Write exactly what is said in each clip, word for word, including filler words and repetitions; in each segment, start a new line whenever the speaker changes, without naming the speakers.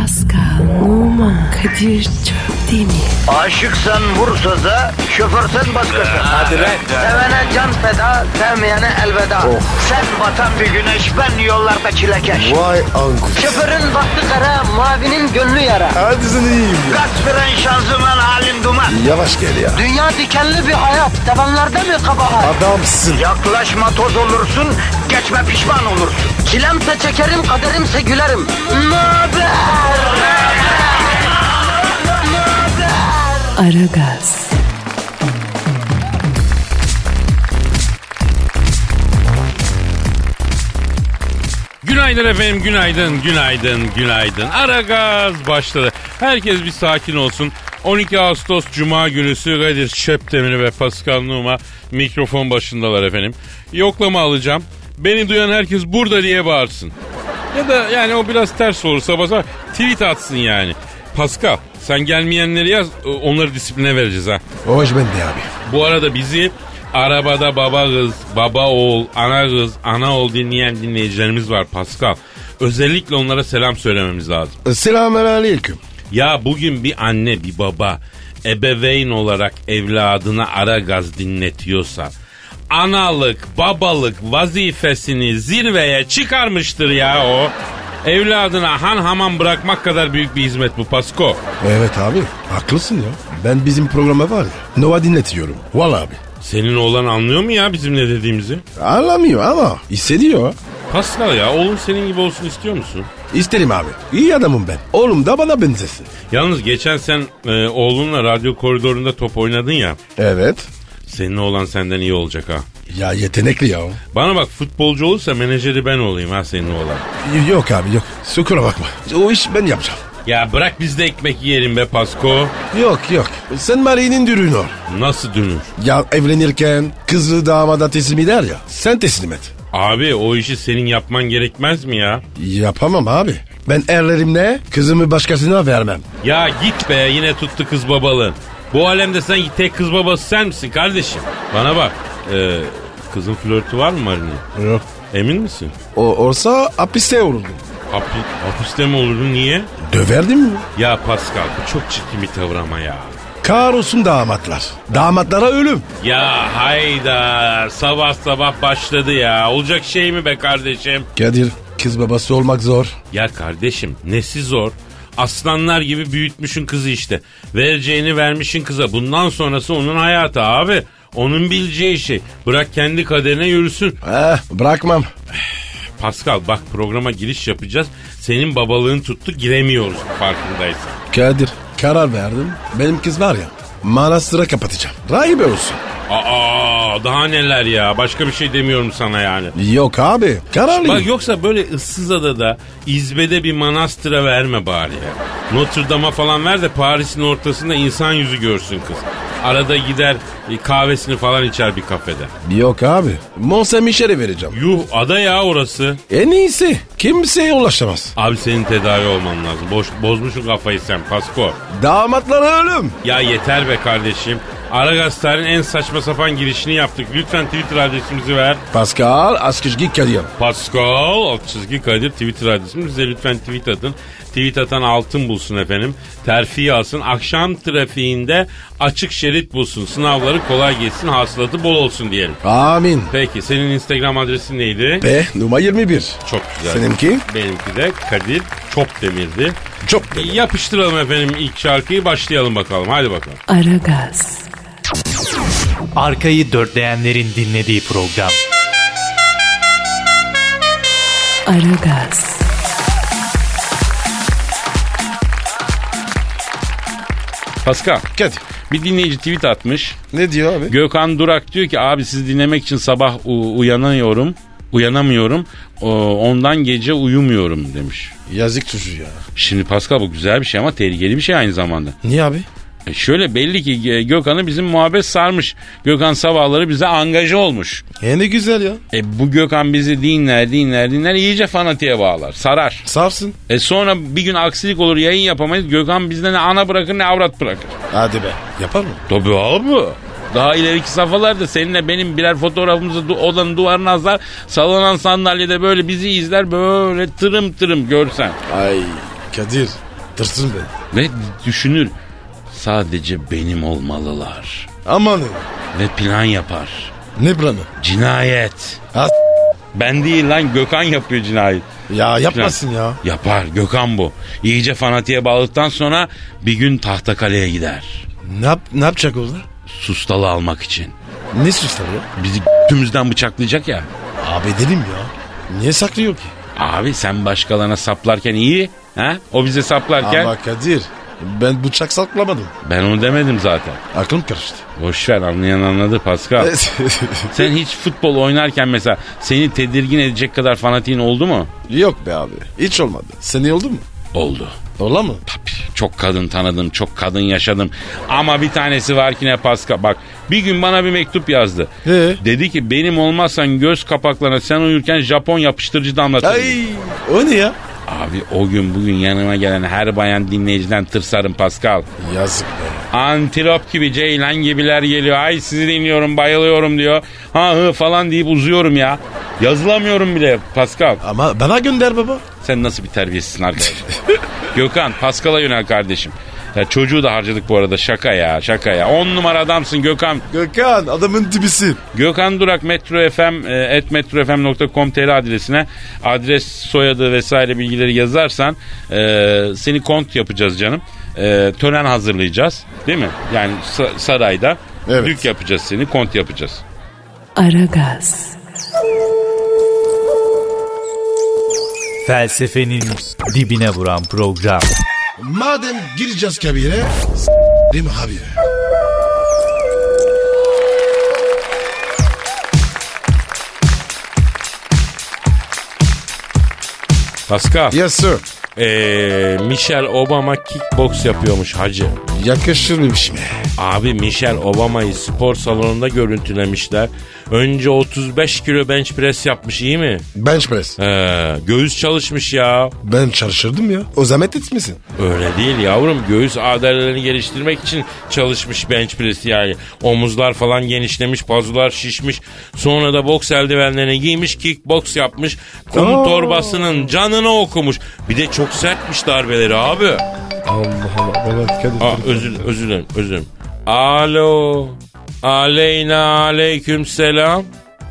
Pascal, Oman, Kadir çok değil mi?
Aşıksan vursa da, şoförsen başkasın.
Hadi lan.
Sevene can feda, sevmeyene elveda.
Oh.
Sen batan bir güneş, ben yollarda çilekeş.
Vay anku.
Şoförün baktı kara, mavinin gönlü yara.
Hadi sen iyiyim ya.
Kasperen şanzıman halin duman.
Yavaş gel ya.
Dünya dikenli bir hayat, sevenlerde mi kabahar?
Adamsın.
Yaklaşma toz olursun, geçme pişman olursun. Çilemse çekerim, kaderimse gülerim. Möber!
Aragaz.
Günaydın efendim, günaydın, günaydın, günaydın. Aragaz başladı. Herkes bir sakin olsun. on iki Ağustos Cuma günüsü Kadir Çöptemir ve Pascal Numa mikrofon başındalar efendim. Yoklama alacağım. Beni duyan herkes burada diye bağırsın. Ya da yani o biraz ters olursa basar tweet atsın yani. Pascal sen gelmeyenleri yaz, onları disipline vereceğiz ha.
Hoş ben de abi.
Bu arada bizi arabada baba kız, baba oğul, ana kız, ana oğul dinleyen dinleyicilerimiz var Pascal. Özellikle onlara selam söylememiz lazım.
Selamünaleyküm.
Ya bugün bir anne bir baba ebeveyn olarak evladına Aragaz dinletiyorsa analık babalık vazifesini zirveye çıkarmıştır ya o. Evladına han hamam bırakmak kadar büyük bir hizmet bu Pasko.
Evet abi haklısın ya. Ben bizim programa var ya Nova dinletiyorum. Vallahi abi.
Senin oğlan anlıyor mu ya bizim ne dediğimizi?
Anlamıyor ama hissediyor.
Pascal ya oğlun senin gibi olsun istiyor musun?
İsterim abi. İyi adamım ben. Oğlum da bana benzesin.
Yalnız geçen sen e, oğlunla radyo koridorunda top oynadın ya.
Evet.
Senin oğlan senden iyi olacak ha.
Ya yetenekli ya.
Bana bak futbolcu olursa menajeri ben olayım ha senin oğlan.
Y- yok abi yok. Sukura bakma. O iş ben yapacağım.
Ya bırak biz de ekmek yiyelim be Pasko.
Yok yok. Sen Mari'nin dürüğünü ol.
Nasıl dönür?
Ya evlenirken kızı damada teslim eder ya. Sen teslim et.
Abi o işi senin yapman gerekmez mi ya?
Yapamam abi. Ben erlerimle kızımı başkasına vermem.
Ya git be yine tuttu kız babalığın. Bu alemde sen tek kız babası sen misin kardeşim? Bana bak. E, kızın flörtü var mı Mari'nin?
Yok.
Emin misin?
O olsa hapiste olurdum.
Hapi, hapiste mi olurdun niye?
Döverdim mi?
Ya Pascal bu çok çirkin bir tavır ama ya.
Kahrolsun damatlar. Damatlara ölüm.
Ya hayda sabah sabah başladı ya. Olacak şey mi be kardeşim?
Kadir kız babası olmak zor.
Ya kardeşim nesi zor? Aslanlar gibi büyütmüşün kızı işte. Vereceğini vermişin kıza. Bundan sonrası onun hayatı abi. Onun bileceği şey. Bırak kendi kaderine yürüsün.
Eh, bırakmam.
Pascal bak programa giriş yapacağız. Senin babalığın tuttu giremiyoruz farkındaysan.
Kadir karar verdim. Benim kız var ya manastıra kapatacağım. Rahibe olsun.
Aa daha neler ya. Başka bir şey demiyorum sana yani.
Yok abi kararlıyım.
Bak yoksa böyle ıssız adada izbede bir manastıra verme bari ya. Notre Dame'a falan ver de Paris'in ortasında insan yüzü görsün kız. Arada gider kahvesini falan içer bir kafede.
Yok abi Mont Saint Michel'e vereceğim.
Yuh ada ya orası.
En iyisi kimseye ulaşamaz.
Abi senin tedavi olman lazım. Boş, bozmuşsun kafayı sen Pasko.
Damatlara ölüm.
Ya yeter be kardeşim. Aragaz'ın en saçma sapan girişini yaptık. Lütfen Twitter adresimizi ver.
Pascal Askışgi Kadir.
Pascal alt çizgi Kadir Twitter adresimiz. Bize lütfen tweet atın. Tweet atan altın bulsun efendim. Terfi alsın. Akşam trafiğinde açık şerit bulsun. Sınavları kolay geçsin. Hasılatı bol olsun diyelim.
Amin.
Peki senin Instagram adresin neydi?
Be numara yirmi bir.
Çok güzel.
Seninki?
Benimki de Kadir Çopdemir'di.
Çok güzel.
Yapıştıralım efendim ilk şarkıyı, başlayalım bakalım. Hadi bakalım.
Aragaz.
Arkayı dörtleyenlerin dinlediği program.
Aragaz.
Pascal,
Kadir.
bir dinleyici tweet atmış.
Ne diyor abi?
Gökhan Durak diyor ki abi sizi dinlemek için sabah u- uyanıyorum. Uyanamıyorum. O, ondan gece uyumuyorum demiş.
Yazık çocuğu ya.
Şimdi Pascal bu güzel bir şey ama tehlikeli bir şey aynı zamanda.
Niye abi?
E şöyle belli ki Gökhan'ı bizim muhabbet sarmış. Gökhan sabahları bize angaje olmuş.
E ne güzel ya.
E bu Gökhan bizi dinler dinler dinler iyice fanatiğe bağlar. Sarar.
Sarsın.
E sonra bir gün aksilik olur yayın yapamayız. Gökhan bizden ne ana bırakır ne avrat bırakır.
Hadi be. Yapar mı?
Tabii abi. Daha ileriki safhalarda seninle benim birer fotoğrafımızı du- odanın duvarına asar. Sallanan sandalyede böyle bizi izler böyle tırım tırım görsen.
Ay Kadir. Tırsın be.
Ve düşünür. Sadece benim olmalılar.
Aman.
Ve plan yapar.
Ne planı?
Cinayet.
Az-
Ben değil lan, Gökhan yapıyor cinayet.
Ya yapmasın ya.
Yapar, Gökhan bu. İyice fanatiğe bağladıktan sonra bir gün Tahtakale'ye gider.
Ne, yap, ne yapacak orada?
Sustalı almak için.
Ne suçları ya?
Bizi tümüzden bıçaklayacak ya.
Abi dedim ya. Niye saklıyor ki?
Abi sen başkalarına saplarken iyi. Ha? O bize saplarken.
Ama Kadir, ben bıçak saklamadım.
Ben onu demedim zaten.
Aklım karıştı.
Boşver, anlayan anladı Pascal. Sen hiç futbol oynarken mesela seni tedirgin edecek kadar fanatiğin oldu mu?
Yok be abi. Hiç olmadı. Senin oldu mu?
Oldu.
Ola mı?
Tabii. Çok kadın tanıdım, çok kadın yaşadım. Ama bir tanesi var ki ne Pascal. Bak bir gün bana bir mektup yazdı.
He.
Dedi ki benim olmazsan göz kapaklarına sen uyurken Japon yapıştırıcı damlatırım.
Ay, o ne ya?
Abi o gün bugün yanıma gelen her bayan dinleyiciden tırsarım Pascal.
Yazık be.
Antilop gibi, ceylan gibiler geliyor. Ay sizi dinliyorum, bayılıyorum diyor. Ha hı falan deyip uzuyorum ya. Yazılamıyorum bile Pascal.
Ama bana gönder baba.
Sen nasıl bir terbiyesizsin arkadaş? Gökhan, Pascal'a yönel kardeşim. Ya çocuğu da harcadık bu arada, şaka ya şaka ya. On numara adamsın Gökhan.
Gökhan adamın dibisin.
Gökhan Durak Metro F M et metrofm nokta com nokta tr adresine adres, soyadı vesaire bilgileri yazarsan e, seni kont yapacağız canım. E, tören hazırlayacağız değil mi? Yani sa- sarayda
evet.
Dük yapacağız, seni kont yapacağız.
Aragaz.
Felsefenin dibine vuran program.
Madem gireceğiz kabire, s***lim abi.
Pascal,
Yes sir.
ee, Michelle Obama kickbox yapıyormuş hacı.
Yakışır mı şimdi?
Abi Michelle Obama'yı spor salonunda görüntülemişler. Önce otuz beş kilo bench press yapmış, iyi mi?
Bench press.
Ee, göğüs çalışmış ya.
Ben çalışırdım ya. O zahmet etmesin.
Öyle değil yavrum. Göğüs adalelerini geliştirmek için çalışmış bench press yani. Omuzlar falan genişlemiş, pazular şişmiş. Sonra da boks eldivenlerini giymiş, kickbox yapmış. Kum
Oo.
torbasının canını okumuş. Bir de çok sertmiş darbeleri abi.
Allah Allah. Baba dikkat et.
Aa, özür, özür dilerim, özür dilerim. Alo. Aleyna aleyküm selam.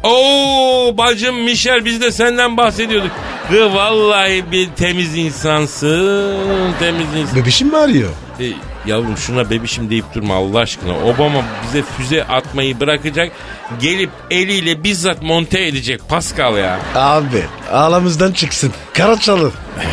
Oo bacım Michel, biz de senden bahsediyorduk. Kı vallahi bir temiz insansın, temiz insan.
Bebişim mi arıyor?
E, yavrum şuna bebişim deyip durma Allah aşkına. Obama bize füze atmayı bırakacak, gelip eliyle bizzat monte edecek Pascal ya.
Abi aramızdan çıksın. Karaçalı.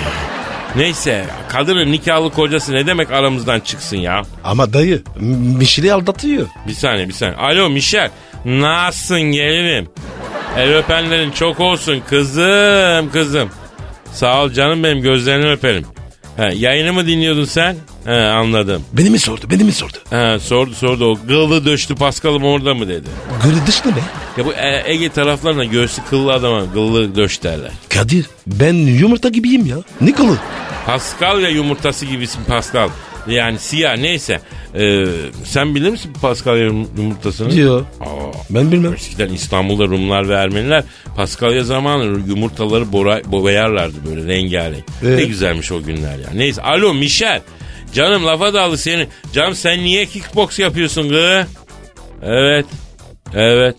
Neyse, kadının nikahlı kocası ne demek aramızdan çıksın ya?
Ama dayı Mişil'i aldatıyor.
Bir saniye bir saniye. Alo Michel, nasılsın gelinim? El öpenlerin çok olsun kızım kızım. Sağ ol canım benim, gözlerini öperim. He, yayını mı dinliyordun sen? He, anladım.
Beni mi sordu? Beni mi sordu?
He, sordu sordu o. Kıllı döştü Paskal'ım orada mı dedi.
Gırı dışlı ne?
Ya bu e- Ege taraflarına göğsü kıllı adama kıllı döş derler.
Kadir ben yumurta gibiyim ya. Ne kılı?
Paskalya yumurtası gibisin Pascal. Yani siyah neyse. Ee, sen bilir misin Paskalya yumurtasını?
Diyor.
Aa,
Ben bilmem.
eskiden İstanbul'da Rumlar ve Ermeniler Paskalya zamanı yumurtaları bora, boyarlardı böyle rengarenk.
Ee?
Ne güzelmiş o günler ya. Neyse. Alo Michel. Canım lafa daldı seni. Canım sen niye kickbox yapıyorsun gı? Evet. Evet.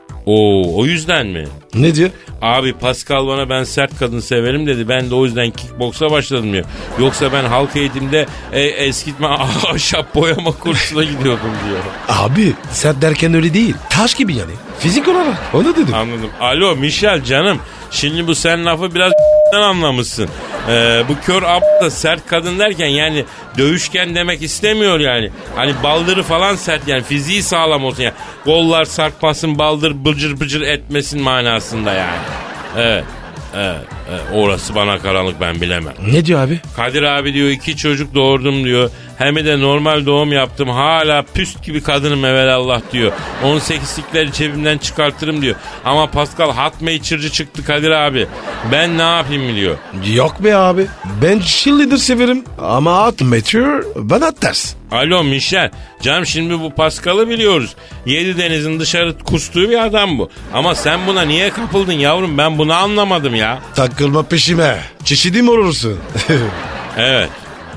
Oo, o yüzden mi?
Ne diyor?
Abi Pascal bana ben sert kadın severim dedi. Ben de o yüzden kickboksa başladım diyor. Yoksa ben halk eğitimde e, eskitme ahşap boyama kursuna gidiyordum diyor.
Abi sert derken öyle değil. Taş gibi yani. Fizik olarak. Onu dedim.
Anladım. Alo Michel canım. Şimdi bu sen lafı biraz anlamışsın. Ee, bu kör ab da sert kadın derken yani dövüşken demek istemiyor yani. Hani baldırı falan sert yani fiziği sağlam olsun yani. Kollar sarkmasın, baldır bıcır bıcır etmesin manasında yani. Evet. Evet, evet. Orası bana karanlık, ben bilemem.
Ne diyor abi?
Kadir abi diyor iki çocuk doğurdum diyor. Hem de normal doğum yaptım. Hala püst gibi kadınım evelallah diyor. on sekizlikleri cebimden çıkartırım diyor. Ama Pascal hot matur'cı çıktı Kadir abi. Ben ne yapayım diyor.
Yok be abi. Ben cheerleader severim. Ama at mature bana ters.
Alo Michel. Canım şimdi bu Pascal'ı biliyoruz. Yedi denizin dışarı kustuğu bir adam bu. Ama sen buna niye kapıldın yavrum? Ben bunu anlamadım ya.
Takılma peşime. Çeşidim olursun.
Evet.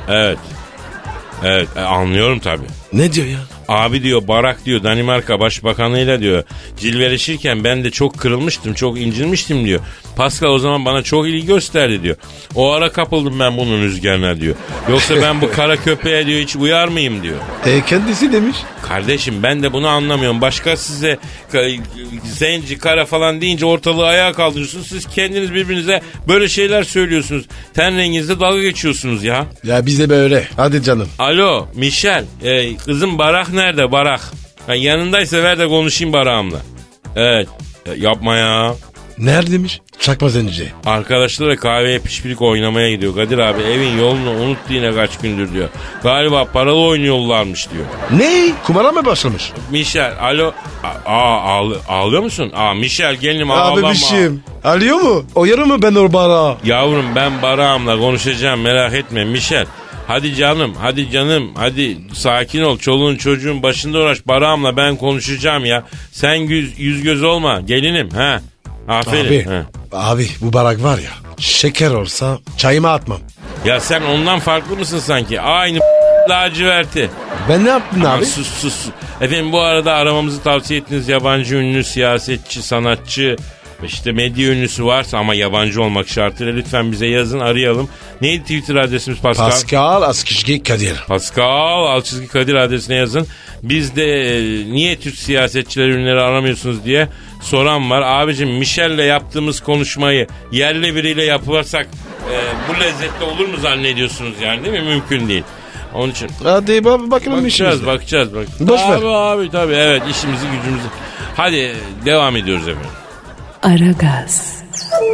Evet. Evet e, anlıyorum tabii.
Ne diyor ya?
Abi diyor Barak diyor Danimarka Başbakanıyla diyor cilveleşirken ben de çok kırılmıştım, çok incinmiştim diyor. Pascal o zaman bana çok ilgi gösterdi diyor. O ara kapıldım ben bunun rüzgarına diyor. Yoksa ben bu kara köpeğe diyor hiç uyar mıyım diyor.
E kendisi demiş.
Kardeşim ben de bunu anlamıyorum. Başka size zenci, kara falan deyince ortalığı ayağa kaldırıyorsunuz. Siz kendiniz birbirinize böyle şeyler söylüyorsunuz. Ten renginizde dalga geçiyorsunuz ya.
Ya bize böyle. Hadi canım.
Alo Michel. E, kızım Barak nerede Barak? Ha, yanındaysa ver de konuşayım Barak'ımla. Evet. Ya, yapma ya.
Neredeymiş? Çakma zenci.
Arkadaşlarla kahveye pişpirik oynamaya gidiyor. Kadir abi evin yolunu unuttu yine kaç gündür diyor. Galiba paralı oynuyorlarmış diyor.
Ne? Kumara mı başlamış?
Michel alo. Aa ağlı, ağlıyor musun? Aa Michel gelinim ağlama.
Abi bir şeyim. Alıyor mu? Oyarım mı ben o bara?
Yavrum ben Barak'ımla konuşacağım merak etme Michel. Hadi canım, hadi canım, hadi sakin ol. Çoluğun çocuğun başında uğraş. Barak'ımla ben konuşacağım ya. Sen yüz, yüz göz olma gelinim. Ha. Aferin.
Abi,
ha.
abi bu Barak var ya şeker olsa çayıma atmam.
Ya sen ondan farklı mısın sanki? Aynı laciverti.
Ben ne yaptım
Aman
abi?
sus sus. Efendim bu arada aramamızı tavsiye ettiğiniz yabancı ünlü, siyasetçi, sanatçı, işte medya ünlüsü varsa ama yabancı olmak şartıyla lütfen bize yazın arayalım. Neydi Twitter adresimiz Pascal?
Pascal Askışki Kadir.
Pascal Alçızgi Kadir adresine yazın. Biz de e, niye Türk siyasetçiler ünlüleri aramıyorsunuz diye soran var. Abicim Michel'le yaptığımız konuşmayı yerli biriyle yapılırsak e, bu lezzetli olur mu zannediyorsunuz yani değil mi? Mümkün değil. Onun için.
Hadi bak bakalım
Bakacağız
işimize.
bakacağız. Bak.
Boş ver.
Abi abi tabii evet işimizi gücümüzü. Hadi devam ediyoruz efendim.
Aragaz.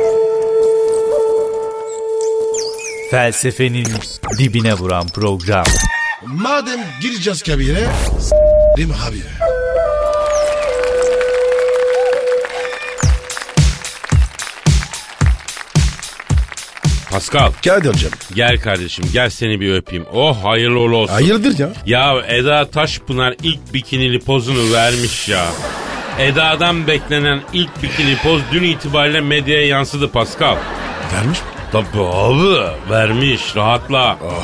Felsefenin dibine vuran program.
Madem gireceğiz kabire s***rim abi.
Pascal
Kadir'cim.
gel kardeşim gel seni bir öpeyim. Oh hayırlı uğurlu olsun.
Hayırdır ya?
Ya Eda Taşpınar ilk bikinili pozunu vermiş ya. Eda'dan beklenen ilk bikini poz dün itibariyle medyaya yansıdı Pascal.
Vermiş mi?
Tabii abi vermiş rahatla.
Oh,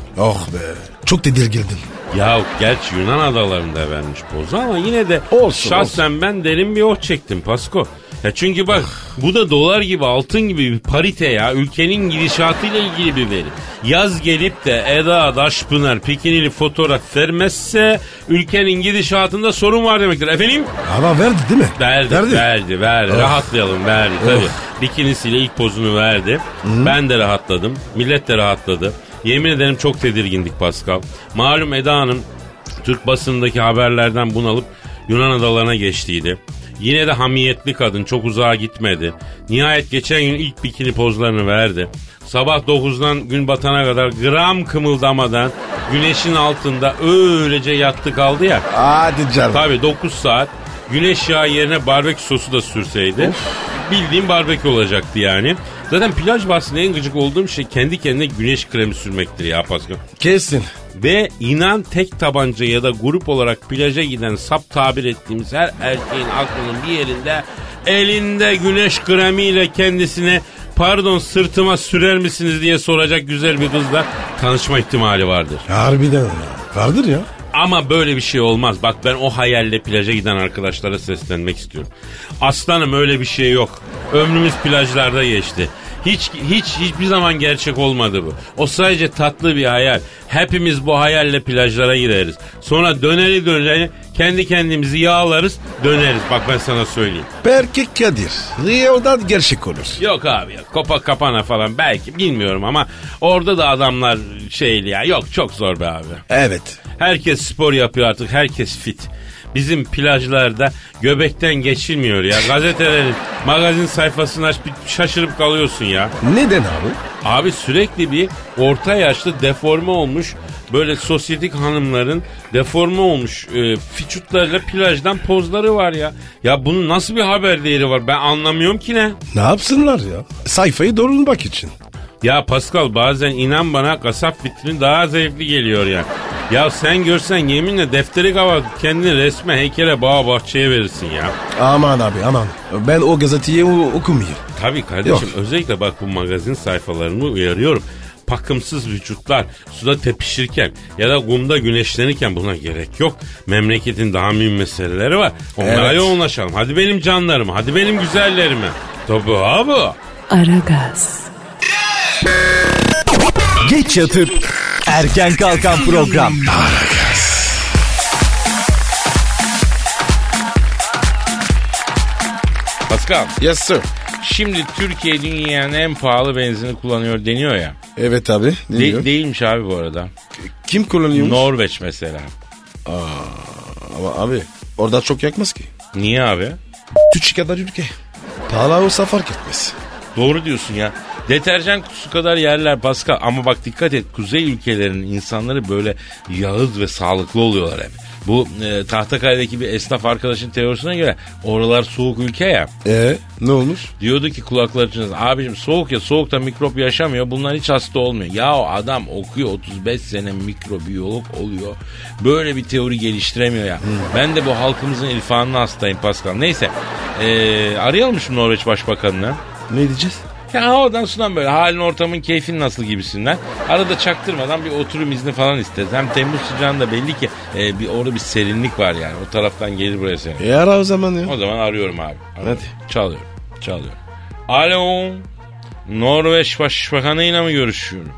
oh be. Çok tedirgindin.
Ya gerçi Yunan adalarında vermiş pozu ama yine de
Olsun,
şahsen
olsun.
ben derin bir oh çektim Pasko. Ya çünkü bak bu da dolar gibi altın gibi bir parite ya. Ülkenin gidişatıyla ilgili bir veri. Yaz gelip de Eda Taşpınar bikinili fotoğraf vermezse ülkenin gidişatında sorun var demektir. Efendim?
Ama verdi değil mi?
Verdi, verdi, verdi. verdi.
Oh.
Rahatlayalım, verdi
Oh.
tabii. Bikinisiyle ilk pozunu verdi. Hı-hı. Ben de rahatladım. Millet de rahatladı. Yemin ederim çok tedirgindik Pascal. Malum Eda Hanım Türk basınındaki haberlerden bunalıp Yunan adalarına geçtiydi. Yine de hamiyetli kadın çok uzağa gitmedi. Nihayet geçen gün ilk bikini pozlarını verdi. Sabah dokuzdan gün batana kadar gram kımıldamadan güneşin altında öylece yattı kaldı ya.
Hadi canım.
Tabii dokuz saat güneş yağı yerine barbekü sosu da sürseydi. Of. Bildiğim barbekü olacaktı yani. Zaten plaj bahsinde en gıcık olduğum şey kendi kendine güneş kremi sürmektir ya Pascal.
Kesin.
Ve inan tek tabanca ya da grup olarak plaja giden sap tabir ettiğimiz her erkeğin aklının bir yerinde elinde güneş kremiyle kendisine pardon sırtıma sürer misiniz diye soracak güzel bir kızla tanışma ihtimali vardır.
Harbiden ya. Vardır ya.
Ama böyle bir şey olmaz. Bak ben o hayalle plaja giden arkadaşlara seslenmek istiyorum. Aslanım öyle bir şey yok. Ömrümüz plajlarda geçti. Hiç hiç hiçbir zaman gerçek olmadı bu. O sadece tatlı bir hayal. Hepimiz bu hayalle plajlara gireriz. Sonra döneri döneri kendi kendimizi yağlarız, döneriz. Bak ben sana söyleyeyim.
Belki Kadir. Rio'dan gerçek olur.
Yok abi yok. Copacabana falan belki bilmiyorum ama orada da adamlar şeyli ya. Yok çok zor be abi.
Evet.
Herkes spor yapıyor artık. Herkes fit. Bizim plajlarda göbekten geçilmiyor ya. Gazetelerin magazin sayfasını aç bir şaşırıp kalıyorsun ya.
Neden abi?
Abi sürekli bir orta yaşlı deforme olmuş böyle sosyetik hanımların deforme olmuş e, fiçutlarıyla plajdan pozları var ya. Ya bunun nasıl bir haber değeri var ben anlamıyorum ki ne?
Ne yapsınlar ya? Sayfayı doğrulmak için.
Ya Pascal bazen inan bana kasap vitrini daha zevkli geliyor ya. Ya sen görsen yeminle defteri kapatıp kendini resme, heykele, bağa, bahçeye verirsin ya.
Aman abi aman. Ben o gazeteyi okumayayım.
Tabii kardeşim. Yok. Özellikle bak bu magazin sayfalarını uyarıyorum. bakımsız vücutlar suda tepişirken ya da kumda güneşlenirken buna gerek yok. Memleketin daha mühim meseleleri var. Onlara
Evet.
yoğunlaşalım. Hadi benim canlarım, hadi benim güzellerime. Tabii abi.
Aragaz,
Geç yatıp erken kalkan program.
Pascal,
Yes sir.
şimdi Türkiye dünyanın en pahalı benzini kullanıyor deniyor ya.
Evet abi. Ne
De-
diyor?
değilmiş abi bu arada.
Kim kullanıyormuş?
Norveç mesela.
Ama abi orada çok yakmaz ki.
Niye abi?
Küçük kadar ülke. Pahalı olsa fark etmez.
Doğru diyorsun ya. Deterjan kutusu kadar yerler Pascal. Ama bak dikkat et, kuzey ülkelerinin insanları böyle yağız ve sağlıklı oluyorlar hep. Bu e, Tahtakale'deki bir esnaf arkadaşın teorisine göre oralar soğuk ülke ya.
Ee ne olmuş?
Diyordu ki kulakları çınlasın. Abicim soğuk ya, soğukta mikrop yaşamıyor. Bunlar hiç hasta olmuyor. Ya o adam okuyor, otuz beş sene mikrobiyolog oluyor. Böyle bir teori geliştiremiyor ya. Hmm. Ben de bu halkımızın ilfanına hastayım Pascal. Neyse ee, arayalım şu Norveç Başbakanı'nı.
Ne diyeceğiz?
Ya oradan sudan böyle halin ortamın keyfin nasıl gibisinden. Arada çaktırmadan bir oturum izni falan isteriz. Hem Temmuz sıcağında belli ki e, bir orada bir serinlik var yani. O taraftan gelir buraya serin.
E ara o zaman ya.
O zaman arıyorum abi. Arıyorum.
Hadi.
Çalıyorum. Çalıyorum. Alo. Norveç Başbakanı'yla mı görüşüyorum?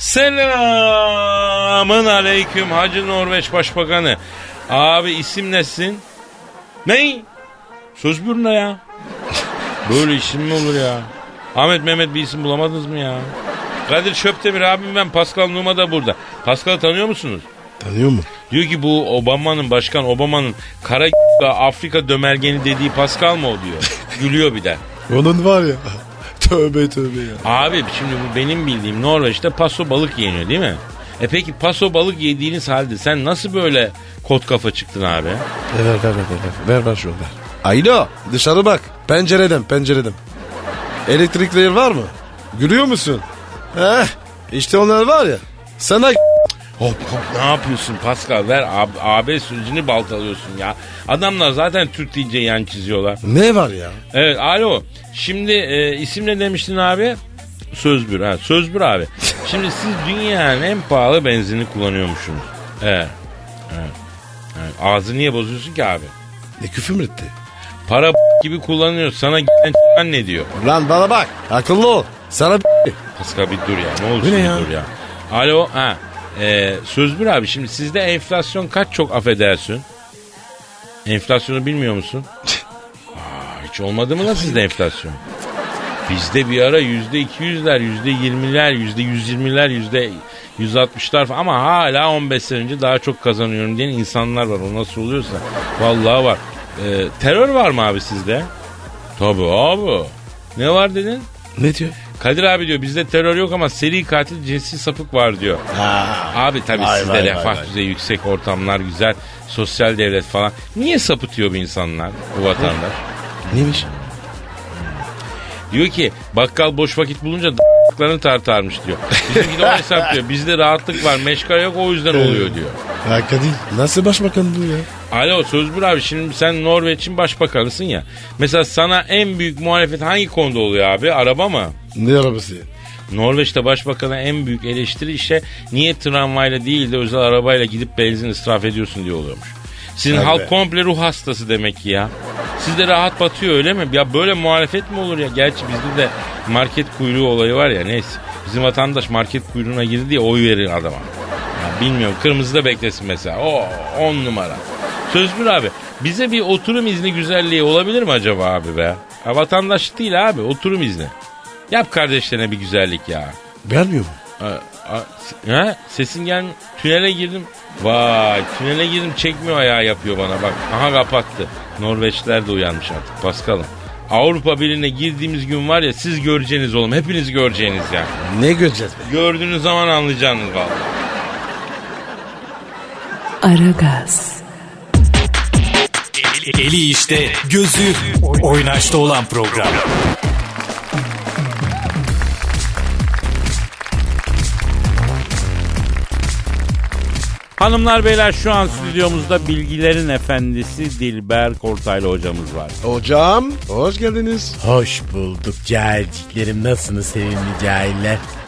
Selamın aleyküm Hacı Norveç Başbakanı. Abi isim nesin? Ney? Söz bürüne ya. Böyle isim mi olur ya? Ahmet Mehmet bir isim bulamadınız mı ya? Kadir Çöptemir abim ben, Pascal Numa da burada. Pascal'ı tanıyor musunuz?
Tanıyor mu?
Diyor ki bu Obama'nın, Başkan Obama'nın kara Afrika dömergeni dediği Pascal mı o diyor. Gülüyor bir de.
Onun var ya. Tövbe tövbe ya.
Abi şimdi bu benim bildiğim Norveç'te paso balık yeniyor değil mi? E peki paso balık yediğiniz halde sen nasıl böyle kot kafa çıktın abi?
Ver ver ver ver ver ver ver şunu ver. Aylo dışarı bak. Pencereden pencereden. Elektrikleri var mı? Görüyor musun? Heh işte onlar var ya. Sana
Hop hop ne yapıyorsun Pascal, ver ab, A B sürecini baltalıyorsun ya. Adamlar zaten Türk deyince yan çiziyorlar.
ne var ya?
Evet alo, şimdi e, isim ne demiştin abi? Sözbür ha, Sözbür abi. Şimdi siz dünyanın en pahalı benzini kullanıyormuşsunuz. Evet. Evet. Evet. Ağzı niye bozuyorsun ki abi?
Ne küfür mü etti?
Para gibi kullanıyor. Sana g***en ne diyor?
Lan bana bak. Akıllı ol. Sana
Pascal bir dur ya. Ne olursun
Bu ne
bir
ya?
dur ya. Alo. Ha. Ee, Sözbür abi şimdi sizde enflasyon kaç, çok affedersin? Enflasyonu bilmiyor musun? Aa, hiç olmadı mı lan sizde enflasyon? Bizde bir ara yüzde iki yüzler, yüzde yirmiler, yüzde yüz yirmiler, yüzde yüz altmışlar falan, ama hala on beş sene önce daha çok kazanıyorum diyen insanlar var. O nasıl oluyorsa. Vallahi var. Ee, terör var mı abi sizde? Tabii abi. Ne var dedin?
Ne diyor?
Kadir abi diyor bizde terör yok ama seri katil, cinsi sapık var diyor.
Ha.
Abi tabii
Vay,
sizde
vay,
refah
vay, vay.
düzeyi yüksek, ortamlar güzel, sosyal devlet falan. Niye sapıtıyor bu insanlar, bu vatandaş?
Neymiş?
Diyor ki bakkal boş vakit bulunca d***larını tartarmış diyor. Bizimki de o hesap diyor. Bizde rahatlık var, meşgale yok, o yüzden oluyor diyor.
Ya Kadir nasıl başbakan bu ya?
Alo Sözbür abi, şimdi sen Norveç'in başbakanısın ya. Mesela sana en büyük muhalefet hangi konuda oluyor abi? Araba mı?
Ne arabası ya?
Norveç'te başbakana en büyük eleştiri işte niye tramvayla değil de özel arabayla gidip benzin israf ediyorsun diye oluyormuş. Sizin
Hadi
halk
be.
komple ruh hastası demek ki ya. Sizde rahat batıyor öyle mi? Ya böyle muhalefet mi olur ya? Gerçi bizde de market kuyruğu olayı var ya, neyse. Bizim vatandaş market kuyruğuna girdi diye oy verir adama. Ya bilmiyorum, kırmızıda beklesin mesela. O on numara. Sözbür abi, bize bir oturum izni güzelliği olabilir mi acaba abi be? Ya vatandaşlık değil abi, oturum izni. Yap kardeşlerine bir güzellik ya.
Vermiyor mu?
A, a, ha? Sesin gelmiyor. Tünele girdim. Vay, tünele girdim, çekmiyor ayağı yapıyor bana bak. Aha kapattı. Norveçliler de uyanmış artık Paskal'ım. Avrupa Birliği'ne girdiğimiz gün var ya, siz göreceğiniz oğlum. Hepiniz göreceğiniz yani.
Ne göreceğiz be?
Gördüğünüz zaman anlayacaksınız vallahi.
Aragaz,
Eli işte, gözü oynaşta olan program.
Hanımlar beyler, şu an stüdyomuzda bilgilerin efendisi Dilber Kortaylı hocamız var.
Hocam hoş geldiniz.
Hoş bulduk cahilciklerim. Nasılsınız sevimli cahiller?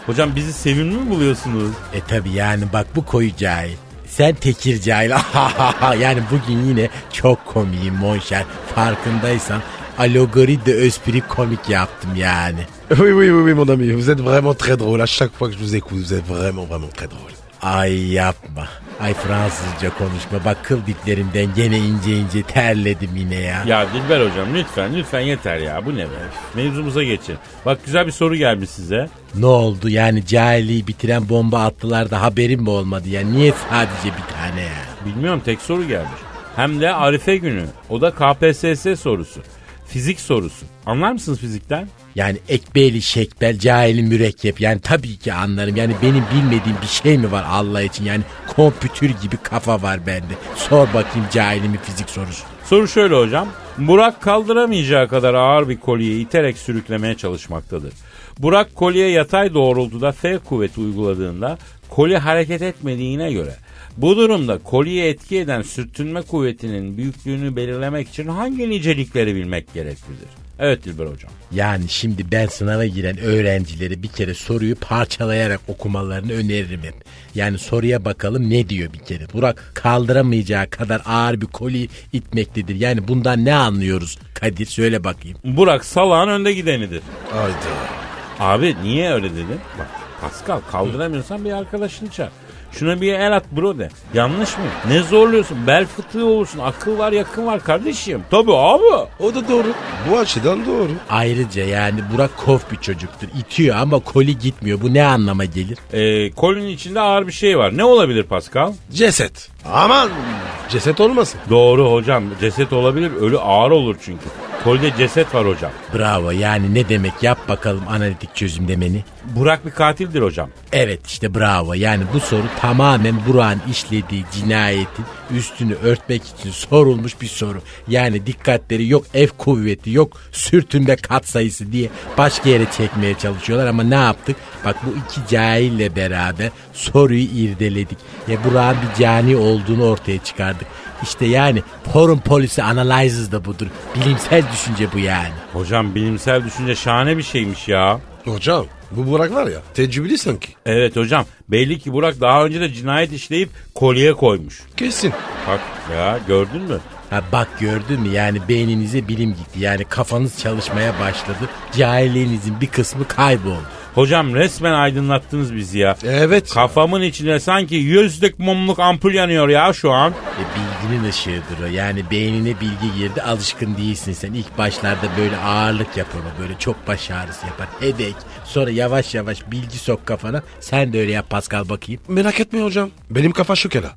Hocam bizi sevimli mi buluyorsunuz?
E tabi yani bak bu koyu cahil. Sen tekir cahil. Yani bugün yine çok komiyim monşer. Farkındaysan allegori de esprit komik yaptım yani.
Oui, oui, oui, oui, mon ami. Vous êtes vraiment très drôle. À chaque fois que je vous écoute, vous êtes vraiment, vraiment très drôle.
Ay yapma. Ay Fransızca konuşma. Bak kıl diplerimden gene ince ince terledim yine ya.
Ya Dilber hocam lütfen lütfen yeter ya. Bu ne be? Mevzumuza geçin. Bak güzel bir soru gelmiş size.
Ne oldu yani cahilliği bitiren bomba attılar da haberim mi olmadı ya? Niye sadece bir tane ya?
Bilmiyorum tek soru gelmiş. Hem de Arife günü. O da K P S S sorusu. Fizik sorusu. Anlar mısınız fizikten?
Yani ekbeli şekbel cahili mürekkep yani tabii ki anlarım. Yani benim bilmediğim bir şey mi var Allah için? Yani kompütür gibi kafa var bende. Sor bakayım cahilimi fizik sorusu.
Soru şöyle hocam. Burak kaldıramayacağı kadar ağır bir kolyeyi iterek sürüklemeye çalışmaktadır. Burak kolye yatay doğrultuda F kuvveti uyguladığında kolye hareket etmediğine göre bu durumda kolyeye etki eden sürtünme kuvvetinin büyüklüğünü belirlemek için hangi nicelikleri bilmek gereklidir? Evet Dilber hocam.
Yani şimdi ben sınava giren öğrencileri bir kere soruyu parçalayarak okumalarını öneririm hep. Yani soruya bakalım ne diyor bir kere. Burak kaldıramayacağı kadar ağır bir kolyeyi itmektedir. Yani bundan ne anlıyoruz Kadir söyle bakayım.
Burak salağın önde gidenidir.
Hayda.
Abi niye öyle dedin? Bak Pascal kaldıramıyorsan bir arkadaşını çağır. Şuna bir el at bro de. Yanlış mı? Ne zorluyorsun? Bel fıtığı olursun. Akıl var yakın var kardeşim. Tabii abi.
O da doğru. Bu açıdan doğru.
Ayrıca yani Burak kof bir çocuktur. İtiyor ama koli gitmiyor. Bu ne anlama gelir?
Ee, kolinin içinde ağır bir şey var. Ne olabilir Pascal?
Ceset. Aman. Ceset olmasın.
Doğru hocam. Ceset olabilir. Ölü ağır olur çünkü. Kolide ceset var hocam.
Bravo yani ne demek yap bakalım analitik çözüm demeni.
Burak bir katildir hocam.
Evet işte bravo yani bu soru tamamen Burak'ın işlediği cinayetin üstünü örtmek için sorulmuş bir soru. Yani dikkatleri yok F kuvveti yok sürtünme katsayısı diye başka yere çekmeye çalışıyorlar ama ne yaptık? Bak bu iki cahille beraber soruyu irdeledik. Ya Burak'ın bir cani olduğunu ortaya çıkardık. İşte yani foreign policy analysis da budur. Bilimsel düşünce bu yani.
Hocam bilimsel düşünce şahane bir şeymiş ya.
Hocam bu Burak var ya tecrübeli sanki.
Evet hocam belli ki Burak daha önce de cinayet işleyip kolye koymuş.
Kesin.
Bak ya gördün mü?
Ha bak gördün mü yani beyninize bilim gitti. Yani kafanız çalışmaya başladı. Cahilliğinizin bir kısmı kayboldu.
Hocam resmen aydınlattınız bizi ya.
Evet.
Kafamın içine sanki yüzlük mumluk ampul yanıyor ya şu an.
E bilginin ışığıdır o. Yani beynine bilgi girdi alışkın değilsin sen. İlk başlarda böyle ağırlık yapar o. Böyle çok baş ağrısı yapar. Hedek. Sonra yavaş yavaş bilgi sok kafana. Sen de öyle yap Pascal bakayım.
Merak etme hocam. Benim kafa şu kere.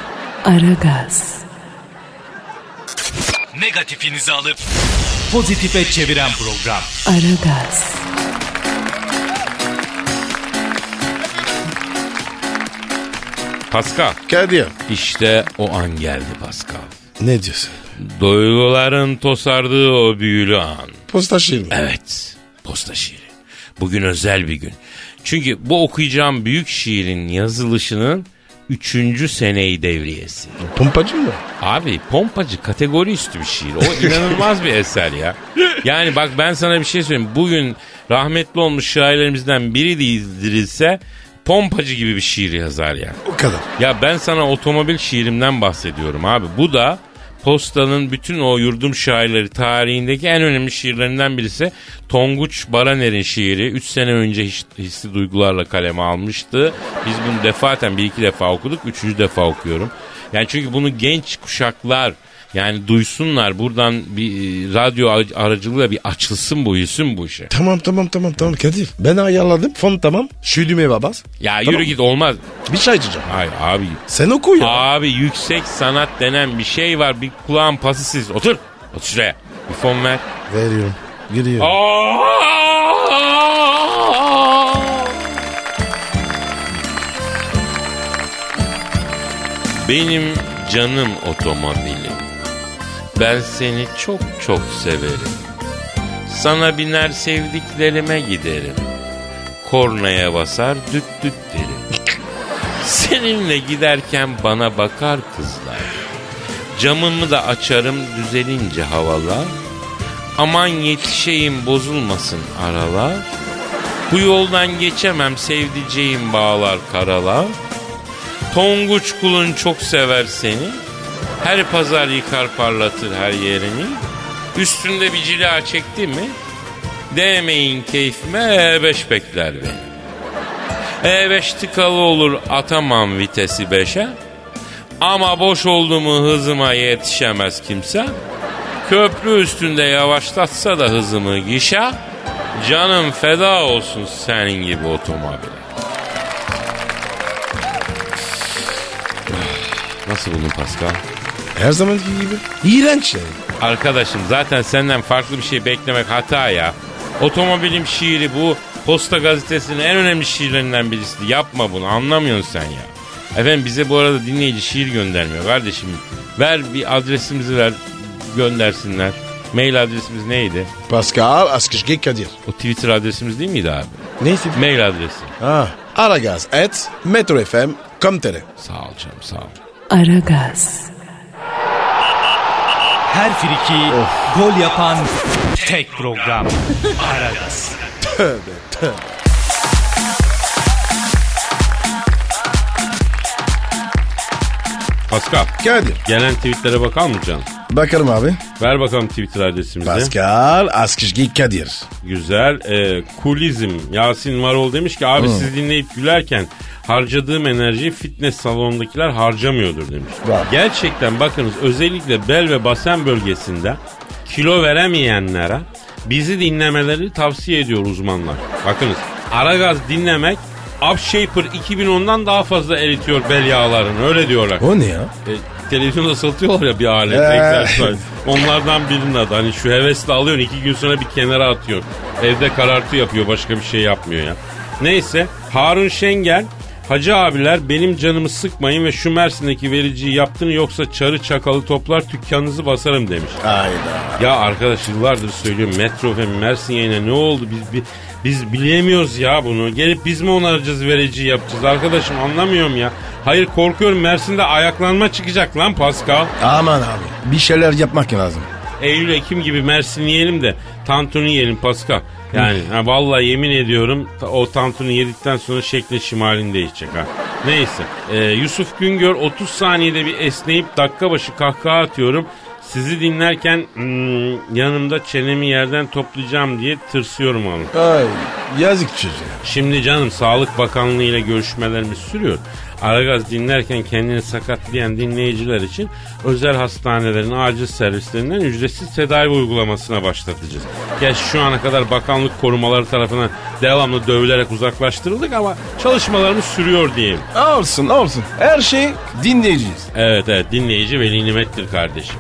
Aragaz.
Negatifinizi alıp pozitife çeviren program.
Aragaz.
Pascal.
Kadir.
İşte o an geldi Pascal.
Ne diyorsun?
Duyguların tosardığı o büyülü an.
Posta şiir mi?
Evet. Posta şiiri. Bugün özel bir gün. Çünkü bu okuyacağım büyük şiirin yazılışının üçüncü seneyi devriyesi.
Pompacı mı?
Abi pompacı kategori üstü bir şiir. O inanılmaz bir eser ya. Yani bak ben sana bir şey söyleyeyim. Bugün rahmetli olmuş şairlerimizden biri değildirilse pompacı gibi bir şiir yazar ya.
O kadar.
Ya ben sana otomobil şiirimden bahsediyorum abi. Bu da Posta'nın bütün o yurdum şairleri tarihindeki en önemli şiirlerinden birisi. Tonguç Baraner'in şiiri. Üç sene önce his, hissi duygularla kaleme almıştı. Biz bunu defaten bir iki defa okuduk. Üçüncü defa okuyorum. Yani çünkü bunu genç kuşaklar yani duysunlar. Buradan bir radyo aracılığıyla bir açılsın bu, yüzsün bu işe.
Tamam tamam tamam tamam Kadir. Ben ayarladım. Fon tamam. Şu düğmeye bas.
Ya
tamam.
Yürü git olmaz.
Bir çay içeceğim.
Hayır abi.
Sen oku ya.
Abi yüksek sanat denen bir şey var. Bir kulağın pasısız. Otur. Otur şuraya. Bir fon ver.
Veriyorum. Giriyor.
Benim canım otomobilim. Ben seni çok çok severim. Sana biner sevdiklerime giderim. Kornaya basar düt düt derim. Seninle giderken bana bakar kızlar. Camımı da açarım düzelince havalar. Aman yetişeyim bozulmasın aralar. Bu yoldan geçemem sevdiceğim bağlar karalar. Tonguç kulun çok sever seni. Her pazar yıkar parlatır her yerini. Üstünde bir cila çekti mi? Değmeyin keyfime E beş bekler beni. E beş tıkalı olur atamam vitesi beşe. Ama boş oldu mu hızıma yetişemez kimse. Köprü üstünde yavaşlatsa da hızımı gişe. Canım feda olsun senin gibi otomobile. Nasıl buldun Pascal?
Her zamanki gibi. İğrenç şey.
Arkadaşım zaten senden farklı bir şey beklemek hata ya. Otomobilim şiiri bu. Posta Gazetesi'nin en önemli şiirlerinden birisi. Yapma bunu, anlamıyorsun sen ya. Efendim bize bu arada dinleyici şiir göndermiyor kardeşim. Ver bir adresimizi ver, göndersinler. Mail adresimiz neydi?
Pascal Askışge Kadir.
O Twitter adresimiz değil miydi abi?
Neyse.
Mail adresi.
Ha. Aragaz et metrofm nokta com nokta tr.
Sağ ol canım, sağ ol.
Aragaz.
Her friki gol yapan tek program. Aragaz.
Tövbe tövbe.
Pascal,
Kadir.
gelen tweetlere bakar mı canım?
Bakalım abi.
Ver bakalım Twitter adresimizi.
Pascal Askışge Kadir.
Güzel. Ee, kulizm. Yasin Marol demiş ki abi siz dinleyip gülerken harcadığım enerjiyi fitness salonundakiler harcamıyordur demiş.
Var.
Gerçekten bakınız özellikle bel ve basen bölgesinde kilo veremeyenlere bizi dinlemeleri tavsiye ediyor uzmanlar. Bakınız Aragaz dinlemek Upshaper iki bin ondan daha fazla eritiyor bel yağlarını, öyle diyorlar.
O ne ya?
E, televizyonda satıyorlar ya bir alet.
Ee.
Egzersiz. Onlardan birinin adı. Hani şu hevesle alıyorsun, iki gün sonra bir kenara atıyor. Evde karartı yapıyor, başka bir şey yapmıyor ya. Neyse, Harun Şengel, hacı abiler benim canımı sıkmayın ve şu Mersin'deki vericiyi yaptın yoksa çarı çakalı toplar dükkanınızı basarım demiş.
Hayda.
Ya arkadaş yıllardır söylüyorum, Metro ve Mersin yayına ne oldu biz biz, biz bilemiyoruz ya bunu. Gelip biz mi onaracağız, vericiyi yapacağız arkadaşım, anlamıyorum ya. Hayır, korkuyorum Mersin'de ayaklanma çıkacak lan Pascal.
Aman abi, bir şeyler yapmak lazım.
Eylül Ekim gibi Mersin yiyelim de tantuni yiyelim Pascal. Yani ha, vallahi yemin ediyorum o tantuni yedikten sonra şekli şimalin değişecek ha. Neyse ee, Yusuf Güngör otuz saniyede bir esneyip dakika başı kahkaha atıyorum. Sizi dinlerken hmm, yanımda çenemi yerden toplayacağım diye tırsıyorum onu.
Ay yazık çocuğa.
Şimdi canım Sağlık Bakanlığı ile görüşmelerimiz sürüyor. Aragaz dinlerken kendini sakatlayan dinleyiciler için özel hastanelerin acil servislerinden ücretsiz tedavi uygulamasına başlatacağız. Gerçi şu ana kadar bakanlık korumaları tarafından devamlı dövülerek uzaklaştırıldık ama çalışmalarımız sürüyor diyeyim.
Olsun olsun. Her şey dinleyeceğiz.
Evet evet, dinleyici veli nimettir kardeşim.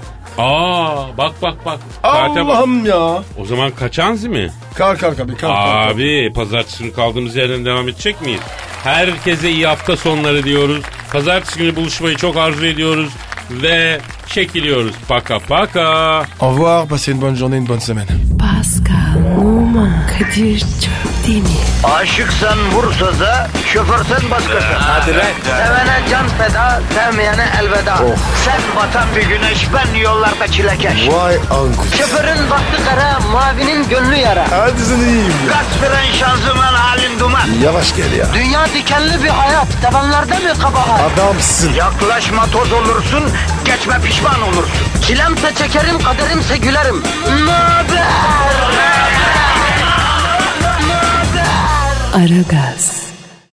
Aa bak bak bak. Saate bak.
Allah'ım ya.
O zaman kaçanzi mi?
Kalk kalk abi kalk. kalk.
Abi pazartesi günü kaldığımız yerden devam edecek miyiz? Herkese iyi hafta sonları diyoruz. Pazartesi günü buluşmayı çok arzu ediyoruz. Ve çekiliyoruz. Paka paka.
Au revoir, passez une bonne journée, une bonne semaine.
Pascal, Oman, Kadir çok değil mi?
Aşıksan vursa da, şoförsen başkasın. Hadi
lan.
Sevene can feda, sevmeyene elveda. Sen batan bir güneş, ben yollarda çilekeş.
Vay anku.
Şoförün baktı kara, mavinin gönlü yara.
Hadi sen iyiyim ya.
Kasperen şanzıman halin duman.
Yavaş gel ya.
Dünya dikenli bir hayat, sevenlerde mi kabahar?
Adamsın.
Yaklaşma toz olursun, geçme pişman olursun. Çilemse çekerim, kaderimse gülerim. Möber!
Aragaz.